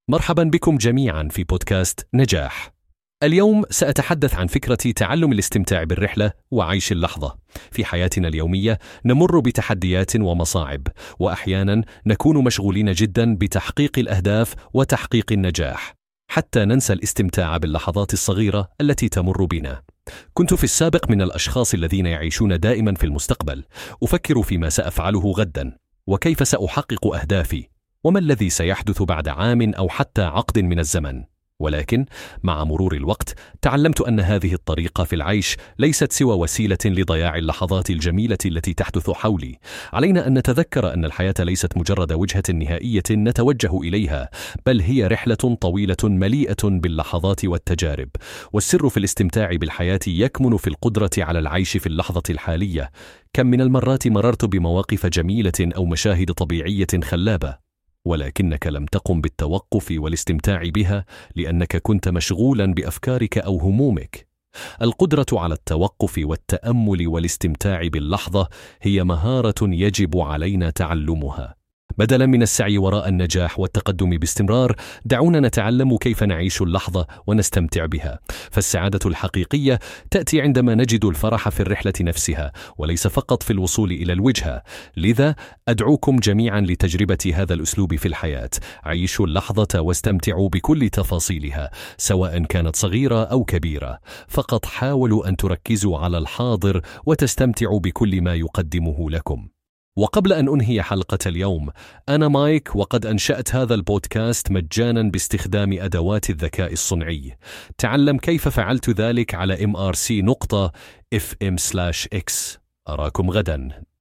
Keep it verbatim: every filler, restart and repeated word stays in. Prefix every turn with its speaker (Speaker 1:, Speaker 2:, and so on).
Speaker 1: مرحبا بكم جميعا في بودكاست نجاح. اليوم سأتحدث عن فكرة تعلم الاستمتاع بالرحلة وعيش اللحظة. في حياتنا اليومية نمر بتحديات ومصاعب، وأحيانا نكون مشغولين جدا بتحقيق الأهداف وتحقيق النجاح، حتى ننسى الاستمتاع باللحظات الصغيرة التي تمر بنا. كنت في السابق من الأشخاص الذين يعيشون دائما في المستقبل، أفكر فيما سأفعله غدا، وكيف سأحقق أهدافي، وما الذي سيحدث بعد عام أو حتى عقد من الزمن. ولكن مع مرور الوقت تعلمت أن هذه الطريقة في العيش ليست سوى وسيلة لضياع اللحظات الجميلة التي تحدث حولي. علينا أن نتذكر أن الحياة ليست مجرد وجهة نهائية نتوجه إليها، بل هي رحلة طويلة مليئة باللحظات والتجارب. والسر في الاستمتاع بالحياة يكمن في القدرة على العيش في اللحظة الحالية. كم من المرات مررت بمواقف جميلة أو مشاهد طبيعية خلابة، ولكنك لم تقم بالتوقف والاستمتاع بها لأنك كنت مشغولا بأفكارك أو همومك. القدرة على التوقف والتأمل والاستمتاع باللحظة هي مهارة يجب علينا تعلمها. بدلا من السعي وراء النجاح والتقدم باستمرار، دعونا نتعلم كيف نعيش اللحظة ونستمتع بها. فالسعادة الحقيقية تأتي عندما نجد الفرح في الرحلة نفسها، وليس فقط في الوصول إلى الوجهة. لذا أدعوكم جميعا لتجربة هذا الأسلوب في الحياة. عيشوا اللحظة واستمتعوا بكل تفاصيلها، سواء كانت صغيرة أو كبيرة. فقط حاولوا أن تركزوا على الحاضر وتستمتعوا بكل ما يقدمه لكم. وقبل أن أنهي حلقة اليوم، أنا مايك، وقد أنشأت هذا البودكاست مجانا باستخدام أدوات الذكاء الصنعي. تعلم كيف فعلت ذلك على إم آر سي نقطة إف إم سلاش إكس. أراكم غدا.